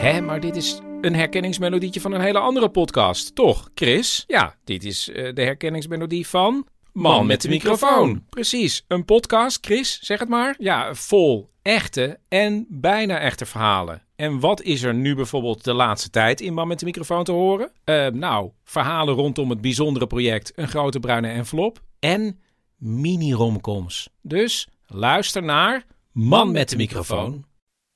Hé, maar dit is een herkenningsmelodietje van een hele andere podcast, toch, Chris? Ja, dit is de herkenningsmelodie van Man met de microfoon. Precies, een podcast, Chris, zeg het maar. Ja, vol echte en bijna echte verhalen. En wat is er nu bijvoorbeeld de laatste tijd in Man met de microfoon te horen? Verhalen rondom het bijzondere project Een Grote Bruine Envelop en mini-romcoms. Dus luister naar Man met de microfoon.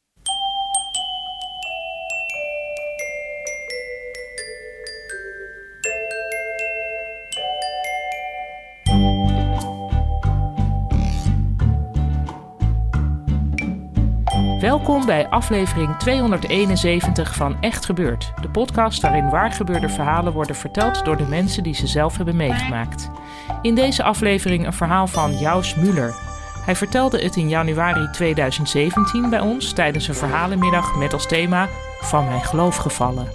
Welkom bij aflevering 271 van Echt Gebeurd. De podcast waarin waargebeurde verhalen worden verteld door de mensen die ze zelf hebben meegemaakt. In deze aflevering een verhaal van Jaus Müller. Hij vertelde het in januari 2017 bij ons tijdens een verhalenmiddag met als thema Van mijn geloof gevallen.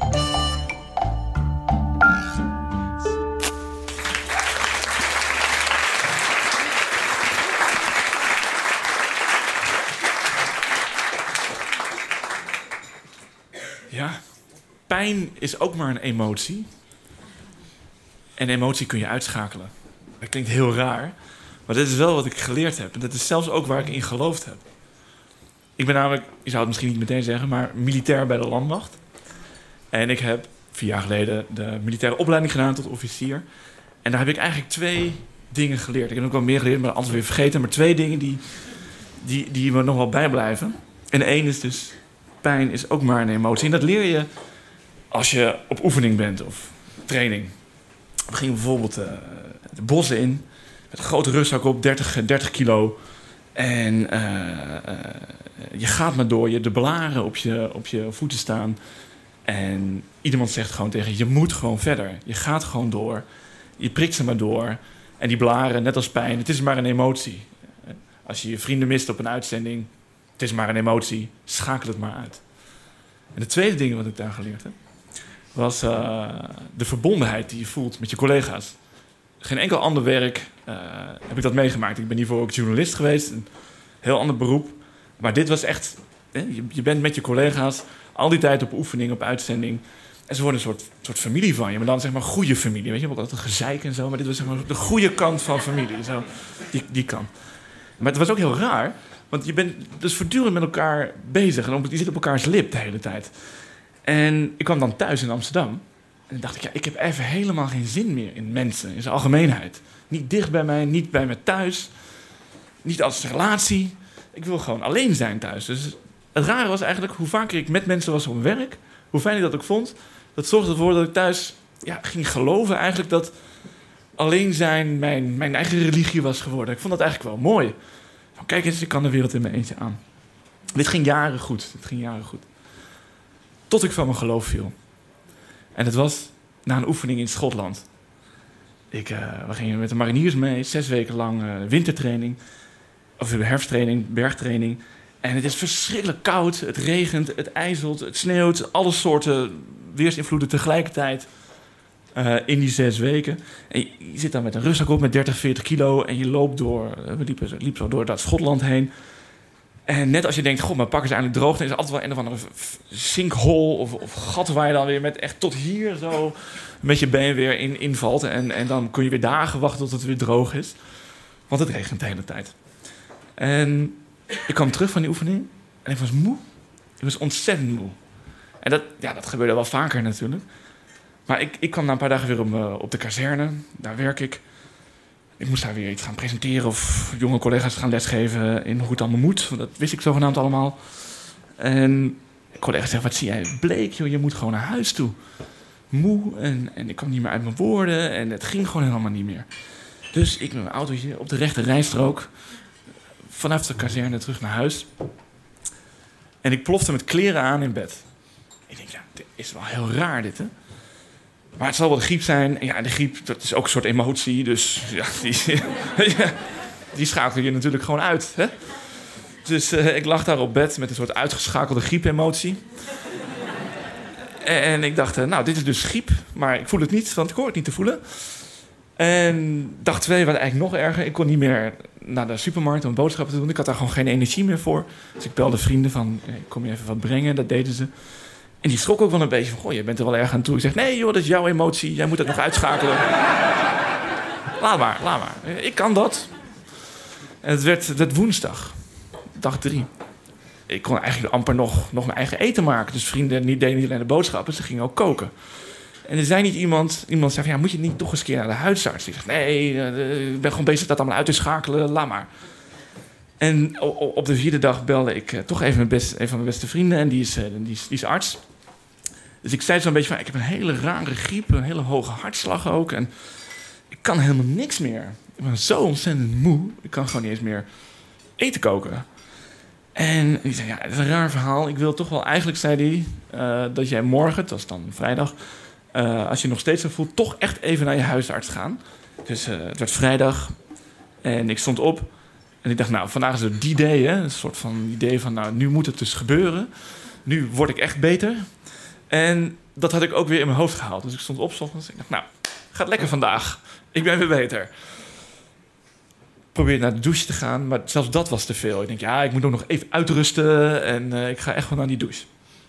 Ja, pijn is ook maar een emotie. En emotie kun je uitschakelen. Dat klinkt heel raar, maar dit is wel wat ik geleerd heb. En dat is zelfs ook waar ik in geloofd heb. Ik ben namelijk, je zou het misschien niet meteen zeggen, maar militair bij de landmacht. En ik heb 4 jaar geleden de militaire opleiding gedaan tot officier. En daar heb ik eigenlijk 2 dingen geleerd. Ik heb ook wel meer geleerd, maar anders weer vergeten. Maar 2 dingen die me nog wel bijblijven. En 1 is dus, pijn is ook maar een emotie. En dat leer je als je op oefening bent of training. We gingen bijvoorbeeld de bossen in met een grote rugzak op, 30 kilo. En je gaat maar door, je de blaren op je voeten staan. En iemand zegt gewoon tegen je moet gewoon verder. Je gaat gewoon door. Je prikt ze maar door. En die blaren, net als pijn, het is maar een emotie. Als je je vrienden mist op een uitzending, het is maar een emotie, schakel het maar uit. En de tweede ding wat ik daar geleerd heb, was de verbondenheid die je voelt met je collega's. Geen enkel ander werk heb ik dat meegemaakt. Ik ben hiervoor ook journalist geweest, een heel ander beroep. Maar dit was echt, je bent met je collega's al die tijd op oefening, op uitzending. En ze worden een soort familie van je, maar dan zeg maar goede familie. Weet je, ook altijd een gezeik en zo, maar dit was zeg maar de goede kant van familie. Zo, die kant. Maar het was ook heel raar, want je bent dus voortdurend met elkaar bezig. En je zit op elkaars lip de hele tijd. En ik kwam dan thuis in Amsterdam. En dan dacht ik, ja, ik heb even helemaal geen zin meer in mensen, in zijn algemeenheid. Niet dicht bij mij, niet bij me thuis. Niet als relatie. Ik wil gewoon alleen zijn thuis. Dus het rare was eigenlijk, hoe vaker ik met mensen was op mijn werk, hoe fijn ik dat ook vond, dat zorgde ervoor dat ik thuis ging geloven eigenlijk dat alleen zijn mijn eigen religie was geworden. Ik vond dat eigenlijk wel mooi. Van, kijk eens, ik kan de wereld in mijn eentje aan. Dit ging jaren goed. Tot ik van mijn geloof viel. En het was na een oefening in Schotland. We gingen met de mariniers mee, 6 weken lang wintertraining. Of herfsttraining, bergtraining. En het is verschrikkelijk koud, het regent, het ijzelt, het sneeuwt. Alle soorten weersinvloeden tegelijkertijd in die 6 weken. En je zit dan met een rugzak op met 30, 40 kilo en je loopt door. We liepen zo door dat Schotland heen. En net als je denkt, god, mijn pak is eindelijk droog, dan is er altijd wel een of andere sinkhole of gat waar je dan weer met echt tot hier zo met je been weer invalt. En dan kun je weer dagen wachten tot het weer droog is. Want het regent de hele tijd. En ik kwam terug van die oefening en ik was moe. Ik was ontzettend moe. En dat gebeurde wel vaker natuurlijk. Maar ik kwam na een paar dagen weer op de kazerne. Daar werk ik. Ik moest daar weer iets gaan presenteren of jonge collega's gaan lesgeven in hoe het allemaal moet. Want dat wist ik zogenaamd allemaal. En collega's zeggen, wat zie jij bleek, joh, je moet gewoon naar huis toe. Moe en ik kwam niet meer uit mijn woorden en het ging gewoon helemaal niet meer. Dus ik met mijn autootje op de rechte rijstrook vanaf de kazerne terug naar huis. En ik plofte met kleren aan in bed. Ik denk, ja, dit is wel heel raar dit, hè. Maar het zal wel de griep zijn. En ja, de griep, dat is ook een soort emotie. Dus ja, die schakel je natuurlijk gewoon uit, hè. Dus ik lag daar op bed met een soort uitgeschakelde griepemotie. En ik dacht, nou, dit is dus griep. Maar ik voel het niet, want ik hoor het niet te voelen. En dag 2 was eigenlijk nog erger. Ik kon niet meer naar de supermarkt om boodschappen te doen. Ik had daar gewoon geen energie meer voor. Dus ik belde vrienden van, kom je even wat brengen? Dat deden ze. En die schrok ook wel een beetje van, goh, je bent er wel erg aan toe. Ik zeg, nee joh, dat is jouw emotie. Jij moet het nog uitschakelen. Laat maar. Ik kan dat. En het werd woensdag. Dag 3. Ik kon eigenlijk amper nog mijn eigen eten maken. Dus vrienden deden niet alleen de boodschappen, ze gingen ook koken. En er zei niet iemand zei van, ja, moet je niet toch eens een keer naar de huisarts? Ik zeg, nee, ik ben gewoon bezig dat allemaal uit te schakelen, laat maar. En op de 4e dag belde ik toch even een van mijn beste vrienden. En die is arts. Dus ik zei zo'n beetje van, ik heb een hele rare griep, een hele hoge hartslag ook. En ik kan helemaal niks meer. Ik ben zo ontzettend moe. Ik kan gewoon niet eens meer eten koken. En die zei, ja, dat is een raar verhaal. Ik wil toch wel, eigenlijk zei hij, dat jij morgen, dat was dan vrijdag, als je nog steeds zo voelt, toch echt even naar je huisarts gaan. Dus het werd vrijdag en ik stond op en ik dacht, nou, vandaag is het die day, hè? Een soort van idee van, nou, nu moet het dus gebeuren. Nu word ik echt beter. En dat had ik ook weer in mijn hoofd gehaald. Dus ik stond op 's ochtends en ik dacht, nou, gaat lekker vandaag. Ik ben weer beter. Ik probeerde naar de douche te gaan, maar zelfs dat was te veel. Ik denk, ja, ik moet ook nog even uitrusten en ik ga echt wel naar die douche.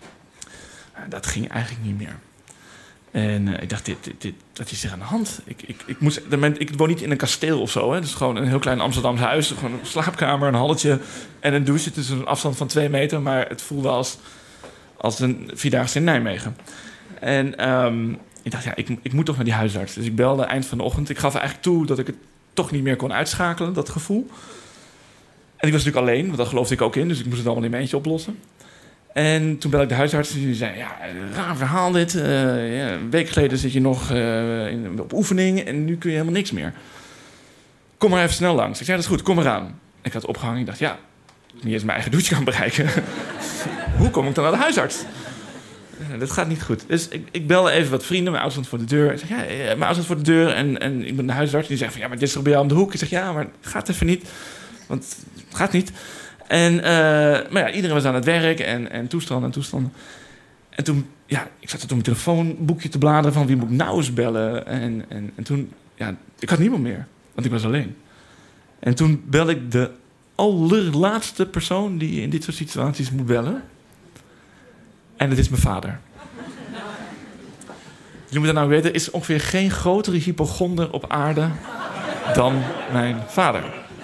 Dat ging eigenlijk niet meer. En ik dacht, wat is er aan de hand? Ik woon niet in een kasteel of zo. Hè? Dus gewoon een heel klein Amsterdams huis. Gewoon een slaapkamer, een halletje en een douche. Het is een afstand van 2 meter, maar het voelde als een Vierdaagse in Nijmegen. En ik dacht, ja, ik moet toch naar die huisarts. Dus ik belde eind van de ochtend. Ik gaf eigenlijk toe dat ik het toch niet meer kon uitschakelen, dat gevoel. En ik was natuurlijk alleen, want daar geloofde ik ook in. Dus ik moest het allemaal in mijn eentje oplossen. En toen belde ik de huisarts en die zei, ja, raar verhaal dit. Een week geleden zit je nog op oefening en nu kun je helemaal niks meer. Kom maar even snel langs. Ik zei, dat is goed, kom eraan. Ik had opgehangen, ik dacht, ja, niet eens mijn eigen douche kan bereiken. Hoe kom ik dan naar de huisarts? Dat gaat niet goed. Dus ik belde even wat vrienden, mijn ouders stond voor de deur. Ik zeg, ja, mijn ouders stond voor de deur en ik ben de huisarts. Die zegt van, ja, maar dit is toch bij jou om de hoek? Ik zeg, ja, maar het gaat even niet. Want het gaat niet. En, maar ja, iedereen was aan het werk en toestanden. En toen, ja, ik zat er toen mijn telefoonboekje te bladeren van wie moet ik nou eens bellen. En toen, ja, ik had niemand meer, want ik was alleen. En toen belde ik de allerlaatste persoon die je in dit soort situaties moet bellen. En dat is mijn vader. Je moet dat nou weten, er is ongeveer geen grotere hypochonder op aarde dan mijn vader.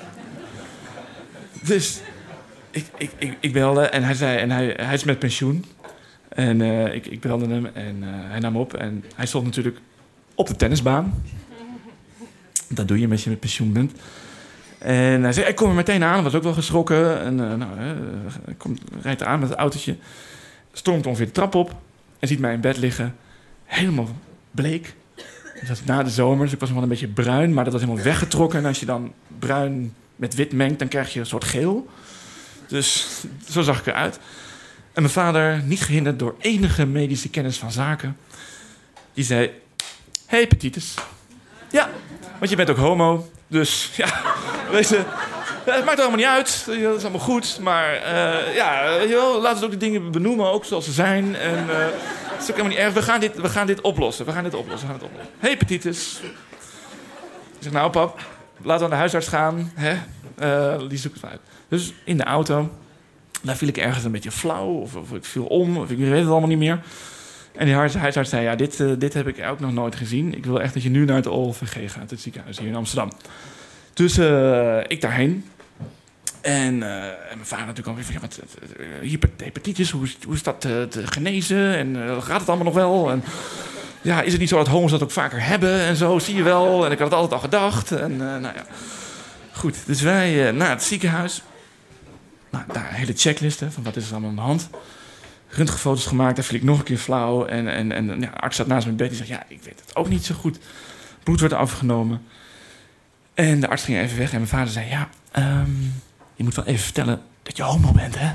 Dus ik belde en hij zei, en hij is met pensioen. En ik belde hem en hij nam op. En hij stond natuurlijk op de tennisbaan. Dat doe je als je met pensioen bent. En hij zei, ik kom er meteen aan. Was ook wel geschrokken. En rijdt eraan met het autootje. Stormt ongeveer de trap op. En ziet mij in bed liggen. Helemaal bleek. Dat was na de zomer, dus ik was nog wel een beetje bruin. Maar dat was helemaal weggetrokken. En als je dan bruin met wit mengt, dan krijg je een soort geel. Dus zo zag ik eruit. En mijn vader, niet gehinderd door enige medische kennis van zaken, die zei, hepatitis. Ja, want je bent ook homo. Dus ja, weet je, het maakt er allemaal niet uit. Dat is allemaal goed. Maar laten we ook de dingen benoemen, ook zoals ze zijn. En het is ook helemaal niet erg. We gaan dit oplossen. Hepatitis. Ik zeg, nou pap, laten we naar de huisarts gaan. Hè? Die zoekt het uit. Dus in de auto, daar viel ik ergens een beetje flauw. Of ik viel om, of ik weet het allemaal niet meer. En die huisarts zei, ja, dit heb ik ook nog nooit gezien. Ik wil echt dat je nu naar het OLVG gaat, het ziekenhuis hier in Amsterdam. Dus ik daarheen. En mijn vader natuurlijk alweer van, ja, hepatitis, hoe is dat te genezen? En gaat het allemaal nog wel? En ja, is het niet zo dat homo's dat ook vaker hebben? En zo, zie je wel. En ik had het altijd al gedacht. En nou ja, goed. Dus wij naar het ziekenhuis. Nou, daar een hele checklist van wat is er allemaal aan de hand. Röntgenfoto's gemaakt, daar viel ik nog een keer flauw. En de arts zat naast mijn bed. Die zegt, ja, ik weet het ook niet zo goed. Bloed werd afgenomen. En de arts ging even weg. En mijn vader zei, ja, je moet wel even vertellen dat je homo bent, hè?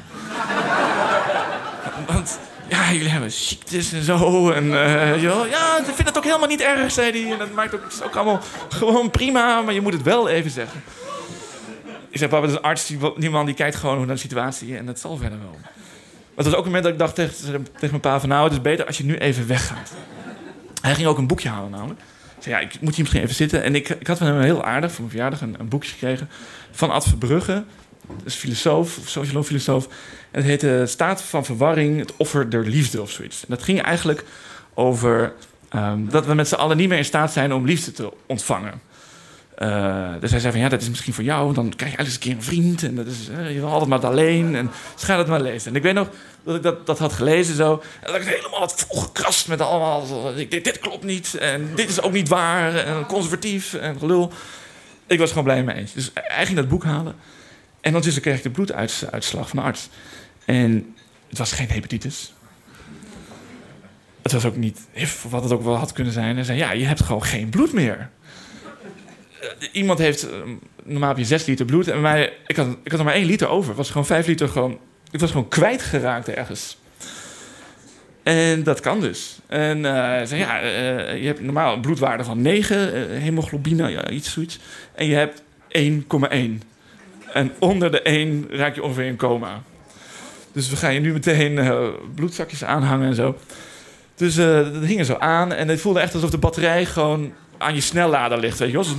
Want ja, jullie hebben ziektes en zo. En ja, ik vind het ook helemaal niet erg, zei hij. En dat maakt ook allemaal gewoon prima. Maar je moet het wel even zeggen. Ik zei, papa, dat is een arts. Die man die kijkt gewoon naar de situatie. En dat zal verder wel. Maar het was ook een moment dat ik dacht tegen mijn pa van, nou, het is beter als je nu even weggaat. Hij ging ook een boekje halen namelijk. Ik zei, ja, ik moet hier misschien even zitten. En ik had van hem heel aardig, voor mijn verjaardag, een boekje gekregen van Ad Verbrugge. Dat is filosoof, of socioloog-filosoof. En het heette Staat van Verwarring, het offer der liefde of zoiets. En dat ging eigenlijk over dat we met z'n allen niet meer in staat zijn om liefde te ontvangen. Dus hij zei van, ja, dat is misschien voor jou. Dan krijg je eigenlijk eens een keer een vriend. En dat is, je wil altijd maar alleen. En dus ga dat maar lezen. En ik weet nog dat ik dat had gelezen zo. En dat ik het helemaal had volgekrast met allemaal... Dit klopt niet. En dit is ook niet waar. En conservatief. En gelul. Ik was gewoon blij mee eens. Dus hij ging dat boek halen. En ondertussen kreeg ik de bloeduitslag van de arts. En het was geen hepatitis. Het was ook niet HIV, of wat het ook wel had kunnen zijn. En zei, ja, je hebt gewoon geen bloed meer. Iemand heeft... normaal heb je 6 liter bloed. En bij mij, ik had er maar 1 liter over. Het was gewoon 5 liter gewoon... Ik was gewoon kwijtgeraakt ergens. En dat kan dus. En zei, ja, je hebt normaal een bloedwaarde van 9. Hemoglobine, ja, zoiets. En je hebt 1,1. En onder de 1 raak je ongeveer in coma. Dus we gaan je nu meteen bloedzakjes aanhangen en zo. Dus dat hing er zo aan. En het voelde echt alsof de batterij gewoon aan je snellader ligt. Weet je wel?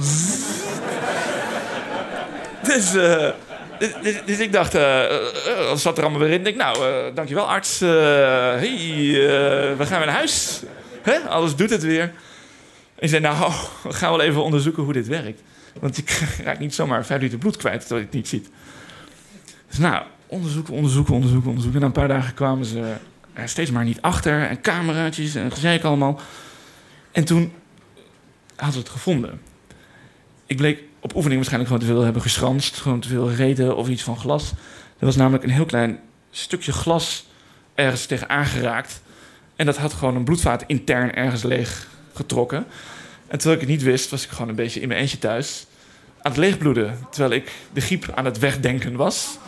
Dus ik dacht, dat zat er allemaal weer in. Ik denk, nou, dankjewel arts. We gaan weer naar huis. Hè? Alles doet het weer. En ik zei, nou, we gaan wel even onderzoeken hoe dit werkt. Want ik raak niet zomaar 5 liter bloed kwijt, terwijl je het niet ziet. Dus nou, onderzoeken. En na een paar dagen kwamen ze er steeds maar niet achter. En cameraatjes en gezeik allemaal. En toen hadden ze het gevonden. Ik bleek op oefening waarschijnlijk gewoon te veel hebben geschranst. Gewoon te veel gereden of iets van glas. Er was namelijk een heel klein stukje glas ergens tegen aangeraakt. En dat had gewoon een bloedvaat intern ergens leeg getrokken. En terwijl ik het niet wist, was ik gewoon een beetje in mijn eentje thuis aan het leegbloeden. Terwijl ik de griep aan het wegdenken was.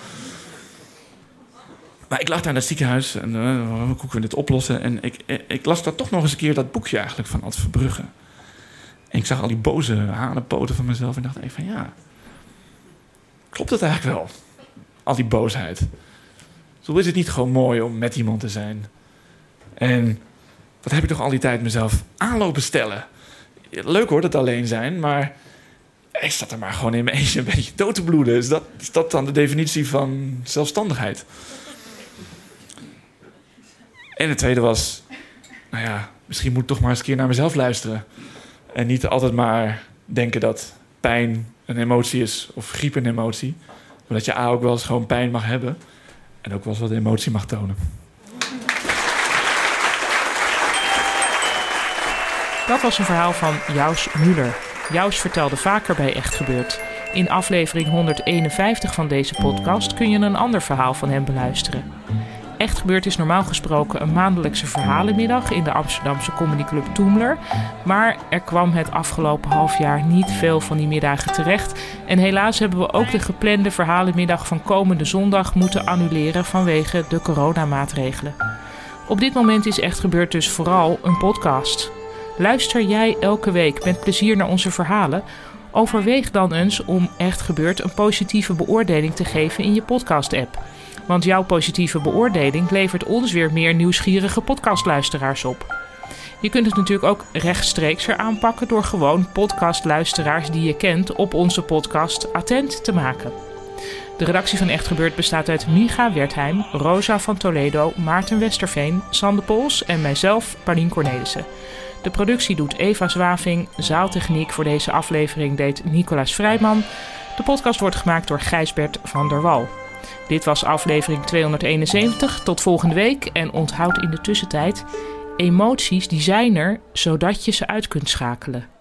Maar ik lag daar in het ziekenhuis en hoe kunnen we dit oplossen? En ik las daar toch nog eens een keer dat boekje eigenlijk van Ad Verbrugge. En ik zag al die boze hanenpoten van mezelf en dacht even van ja, klopt het eigenlijk wel? Al die boosheid. Zo is het niet gewoon mooi om met iemand te zijn? En wat heb ik toch al die tijd mezelf aanlopen stellen? Leuk hoor, dat alleen zijn, maar ik zat er maar gewoon in mijn eentje een beetje dood te bloeden. Is dat dan de definitie van zelfstandigheid? En het tweede was, nou ja, misschien moet ik toch maar eens een keer naar mezelf luisteren. En niet altijd maar denken dat pijn een emotie is of griep een emotie. Maar dat je ook wel eens gewoon pijn mag hebben en ook wel eens wat emotie mag tonen. Dat was een verhaal van Jaus Müller. Jaus vertelde vaker bij Echt Gebeurd. In aflevering 151 van deze podcast kun je een ander verhaal van hem beluisteren. Echt Gebeurd is normaal gesproken een maandelijkse verhalenmiddag in de Amsterdamse comedyclub Toemler. Maar er kwam het afgelopen halfjaar niet veel van die middagen terecht. En helaas hebben we ook de geplande verhalenmiddag van komende zondag moeten annuleren vanwege de coronamaatregelen. Op dit moment is Echt Gebeurd dus vooral een podcast. Luister jij elke week met plezier naar onze verhalen? Overweeg dan eens om Echt Gebeurd een positieve beoordeling te geven in je podcast-app. Want jouw positieve beoordeling levert ons weer meer nieuwsgierige podcastluisteraars op. Je kunt het natuurlijk ook rechtstreeks weer aanpakken door gewoon podcastluisteraars die je kent op onze podcast attent te maken. De redactie van Echt Gebeurd bestaat uit Micha Wertheim, Rosa van Toledo, Maarten Westerveen, Sander Pols en mijzelf, Paulien Cornelissen. De productie doet Eva Zwaving, zaaltechniek voor deze aflevering deed Nicolaas Vrijman. De podcast wordt gemaakt door Gijsbert van der Wal. Dit was aflevering 271. Tot volgende week en onthoud in de tussentijd: emoties die zijn er, zodat je ze uit kunt schakelen.